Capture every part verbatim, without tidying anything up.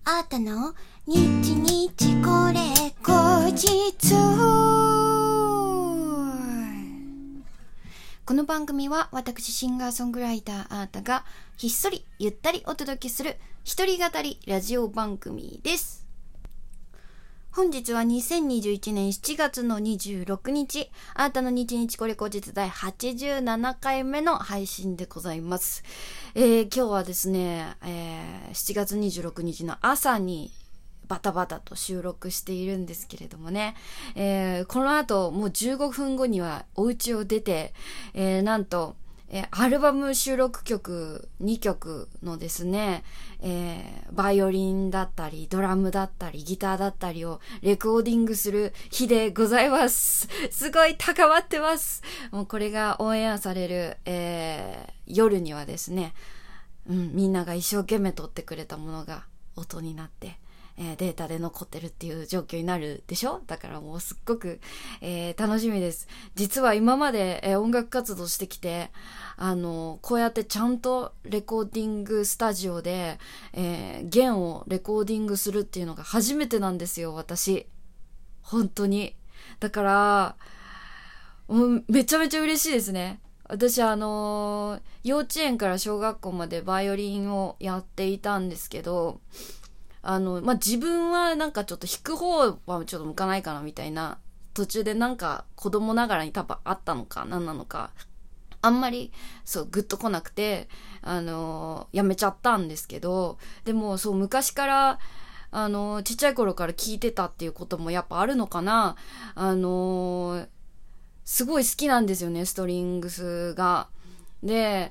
あーたの日日これ後日。この番組は私シンガーソングライターあーたがひっそりゆったりお届けする一人語りラジオ番組です。本日はにせんにじゅういちねんしちがつのにじゅうろくにち、あーたの日日これ後日第はちじゅうななかいめの配信でございます。えー、今日はですね、えー、しちがつにじゅうろくにちの朝にバタバタと収録しているんですけれどもね、えー、この後もうじゅうごふんごにはお家を出て、えー、なんとえー、アルバム収録曲にきょくのですね、えー、バイオリンだったりドラムだったりギターだったりをレコーディングする日でございます。すごい高まってます。もうこれがオンエアされる、えー、夜にはですね、うん、みんなが一生懸命撮ってくれたものが音になってえー、データで残ってるっていう状況になるでしょ。だからもうすっごく、えー、楽しみです。実は今まで、えー、音楽活動してきて、あのこうやってちゃんとレコーディングスタジオで、えー、弦をレコーディングするっていうのが初めてなんですよ、私。本当に。だからもうめちゃめちゃ嬉しいですね。私あのー、幼稚園から小学校までバイオリンをやっていたんですけど、あの、まあ、自分はなんかちょっと弾く方はちょっと向かないかなみたいな、途中でなんか子供ながらに多分あったのか何なのか、あんまりそうグッと来なくて、あのー、やめちゃったんですけど、でもそう昔から、あのー、ちっちゃい頃から聞いてたっていうこともやっぱあるのかな。あのー、すごい好きなんですよね、ストリングスが。で、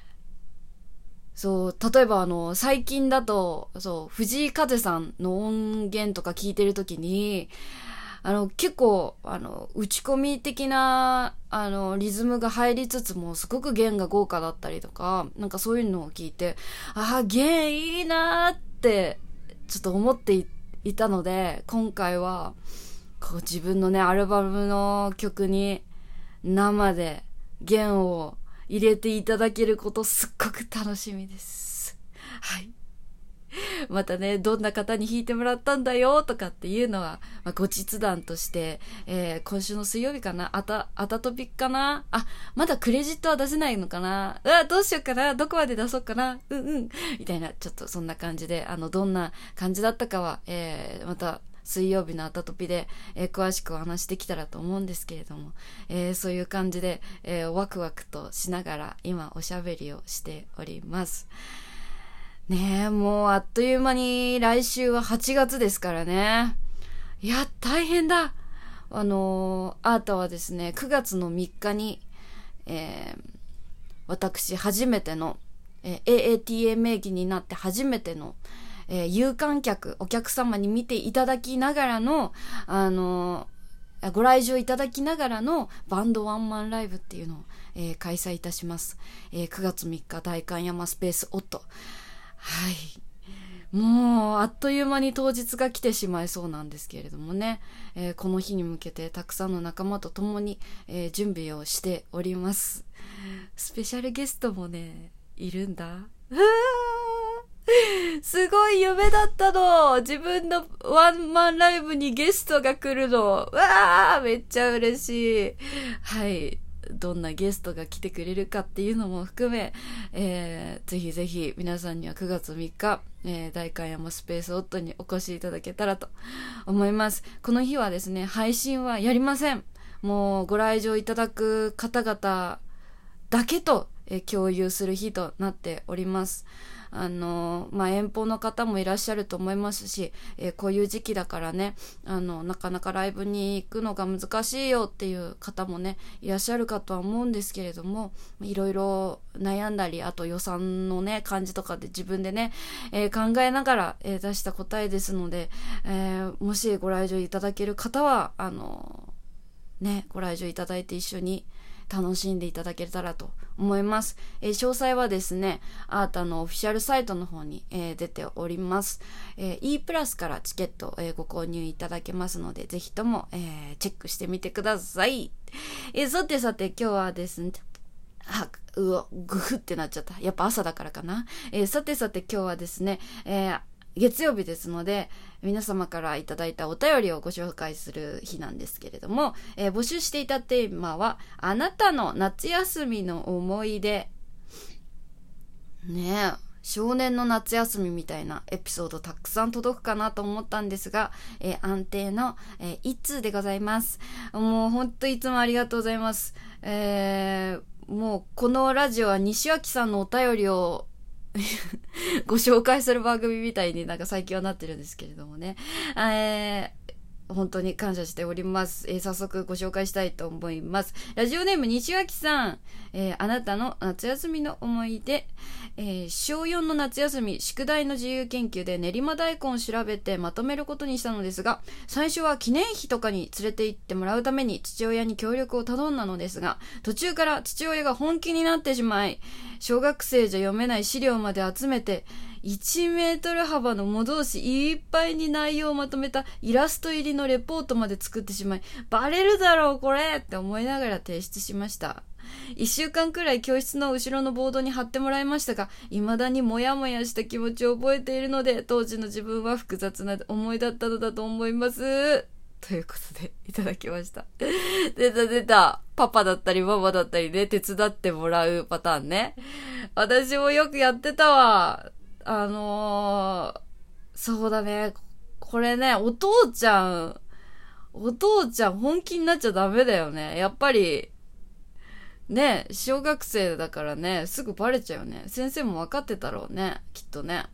そう、例えばあの、最近だと、そう、藤井風さんの音源とか聞いてるときに、あの、結構、あの、打ち込み的な、あの、リズムが入りつつも、すごく弦が豪華だったりとか、なんかそういうのを聞いて、ああ、弦いいなーって、ちょっと思ってい、いたので、今回は、こう自分のね、アルバムの曲に、生で弦を、入れていただけることすっごく楽しみです。はい。またね、どんな方に弾いてもらったんだよとかっていうのは、まあ、後日談として、えー、今週の水曜日かな、あた、あたとぴかな、あ、まだクレジットは出せないのかな、うわ、どうしようかな、どこまで出そうかな、うんうん、みたいな、ちょっとそんな感じで、あの、どんな感じだったかは、えー、また、水曜日のあたとぴで、えー、詳しくお話できたらと思うんですけれども、えー、そういう感じで、えー、ワクワクとしながら今おしゃべりをしておりますね。えもうあっという間に来週ははちがつですからね。いや大変だ。あのー、アータはですねくがつのみっかに、えー、私初めての、えー、エーエーティーエー 名義になって初めてのえー、有観客、お客様に見ていただきながらの、あのー、ご来場いただきながらのバンドワンマンライブっていうのを、えー、開催いたします。えー、くがつみっか、代官山スペースオット。はい。もう、あっという間に当日が来てしまいそうなんですけれどもね、えー、この日に向けてたくさんの仲間と共に、えー、準備をしております。スペシャルゲストもね、いるんだ。すごい夢だったの。自分のワンマンライブにゲストが来るの。わーめっちゃ嬉しい。はい。どんなゲストが来てくれるかっていうのも含め、えー、ぜひぜひ皆さんにはくがつみっか、えー、代官山スペースオットにお越しいただけたらと思います。この日はですね、配信はやりません。もうご来場いただく方々だけと、えー、共有する日となっております。あのまあ、遠方の方もいらっしゃると思いますし、えー、こういう時期だからね、あのなかなかライブに行くのが難しいよっていう方もねいらっしゃるかとは思うんですけれども、いろいろ悩んだり、あと予算のね感じとかで自分でね、えー、考えながら、えー、出した答えですので、えー、もしご来場いただける方はあのねご来場いただいて一緒に楽しんでいただけたらと思います。えー、詳細はですね、アータのオフィシャルサイトの方に、えー、出ております。えー、E プラスからチケット、えー、ご購入いただけますので、ぜひとも、えー、チェックしてみてください。えー、さてさて今日はですね、あ、うわ、ぐふってなっちゃった。やっぱ朝だからかな。えー、さてさて今日はですね、えー月曜日ですので、皆様からいただいたお便りをご紹介する日なんですけれども、えー、募集していたテーマは、あなたの夏休みの思い出。ねえ、少年の夏休みみたいなエピソードたくさん届くかなと思ったんですが、えー、安定の、えー、一通でございます。もうほんといつもありがとうございます。えー、もうこのラジオは西脇さんのお便りをご紹介する番組みたいになんか最近はなってるんですけれどもね。えー本当に感謝しております。えー、早速ご紹介したいと思います。ラジオネーム西脇さん、えー、あなたの夏休みの思い出、えー、しょうよんの夏休み、宿題の自由研究で練馬大根を調べてまとめることにしたのですが、最初は記念碑とかに連れて行ってもらうために父親に協力を頼んだのですが、途中から父親が本気になってしまい、小学生じゃ読めない資料まで集めて、いちメートル幅の模造紙いっぱいに内容をまとめたイラスト入りのレポートまで作ってしまい、バレるだろうこれって思いながら提出しました。一週間くらい教室の後ろのボードに貼ってもらいましたが、未だにモヤモヤした気持ちを覚えているので、当時の自分は複雑な思いだったのだと思います。ということでいただきました。出た出た。パパだったりママだったりで、ね、手伝ってもらうパターンね。私もよくやってたわ。あのー、そうだね。これね、お父ちゃん、お父ちゃん本気になっちゃダメだよね。やっぱり、ね、小学生だからね、すぐバレちゃうよね。先生も分かってたろうね。きっとね。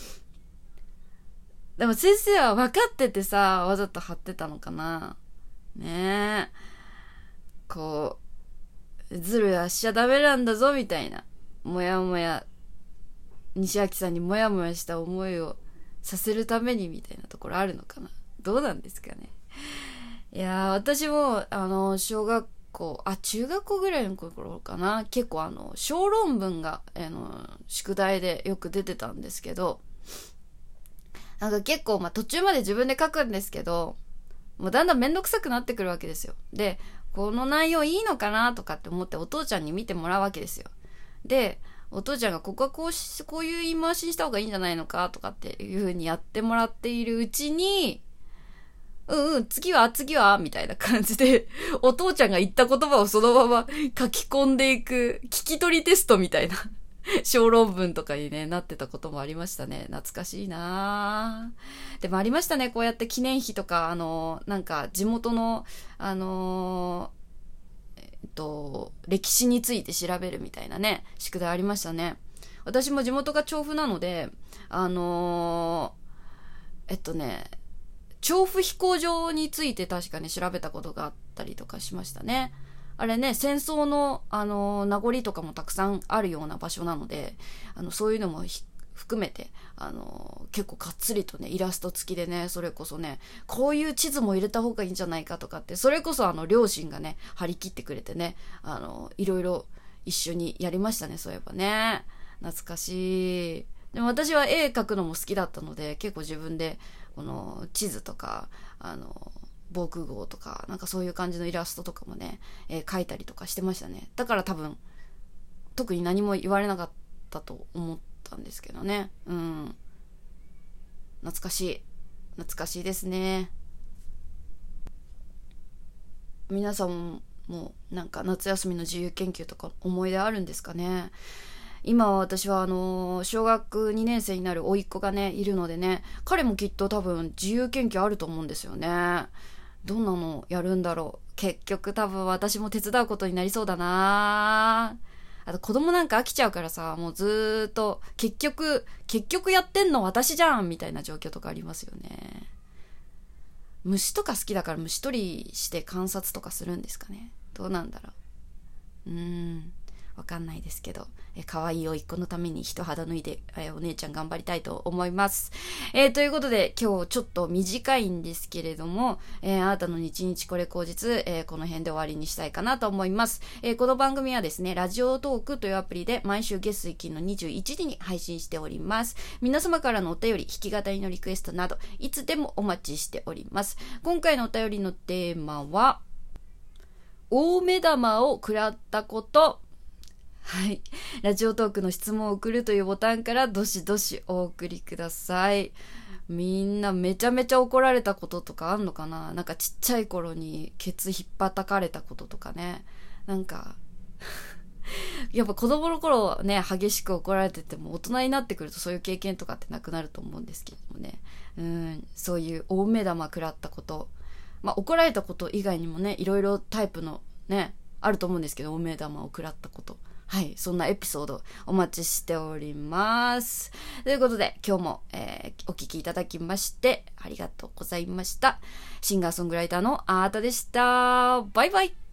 でも先生は分かっててさ、わざと貼ってたのかな。ねえ。こう、ずるはしちゃダメなんだぞ、みたいな。もやもや。西脇さんにモヤモヤした思いをさせるためにみたいなところあるのかな。どうなんですかね。いやー、私もあの小学校あ中学校ぐらいの頃かな、結構あの小論文があの宿題でよく出てたんですけど、なんか結構まあ途中まで自分で書くんですけど、もうだんだんめんどくさくなってくるわけですよ。で、この内容いいのかなとかって思ってお父ちゃんに見てもらうわけですよ。で、お父ちゃんがここはこうし、こういう言い回しにした方がいいんじゃないのかとかっていう風にやってもらっているうちに、うんうん、次は次はみたいな感じで、お父ちゃんが言った言葉をそのまま書き込んでいく、聞き取りテストみたいな小論文とかにね、なってたこともありましたね。懐かしいなぁ。でもありましたね、こうやって記念碑とか、あの、なんか地元の、あのー、と歴史について調べるみたいなね宿題ありましたね。私も地元が調布なので、あのー、えっとね調布飛行場について確かに調べたことがあったりとかしましたね。あれね、戦争の、あのー、名残とかもたくさんあるような場所なので、あのそういうのも含めて、あのー、結構がっつりとねイラスト付きでね、それこそねこういう地図も入れた方がいいんじゃないかとかって、それこそあの両親がね張り切ってくれてね、あのー、いろいろ一緒にやりましたね。そういえばね、懐かしい。でも私は絵描くのも好きだったので、結構自分でこの地図とかあの防空壕とかなんかそういう感じのイラストとかもね、えー、描いたりとかしてましたね。だから多分特に何も言われなかったと思ったんですけどね。うん、懐かしい懐かしいですね。皆さんもなんか夏休みの自由研究とか思い出あるんですかね。今は私はあの小学にねん生になる甥っ子がねいるのでね、彼もきっと多分自由研究あると思うんですよね。どんなのやるんだろう。結局多分私も手伝うことになりそうだな。あと子供なんか飽きちゃうからさ、もうずーっと結局結局やってんの私じゃんみたいな状況とかありますよね。虫とか好きだから虫取りして観察とかするんですかね。どうなんだろう。うーんわかんないですけど、え可愛い甥っ子のために一肌脱いで、えお姉ちゃん頑張りたいと思います。えー、ということで今日ちょっと短いんですけれども、えー、あなたの日日これ口実、えー、この辺で終わりにしたいかなと思います。えー、この番組はですね、ラジオトークというアプリで毎週月水金のにじゅういちじに配信しております。皆様からのお便り、弾き語りのリクエストなどいつでもお待ちしております。今回のお便りのテーマは大目玉を食らったこと。 はい。ラジオトークの質問を送るというボタンからどしどしお送りください。みんなめちゃめちゃ怒られたこととかあんのかな？なんかちっちゃい頃にケツ引っ叩かれたこととかね。なんか、やっぱ子供の頃ね、激しく怒られてても大人になってくるとそういう経験とかってなくなると思うんですけどもね。うん、そういう大目玉食らったこと。まあ怒られたこと以外にもね、いろいろタイプのね、あると思うんですけど、大目玉を食らったこと。はい、そんなエピソードお待ちしております。ということで、今日も、えー、お聞きいただきましてありがとうございました。シンガーソングライターのあーたでした。バイバイ。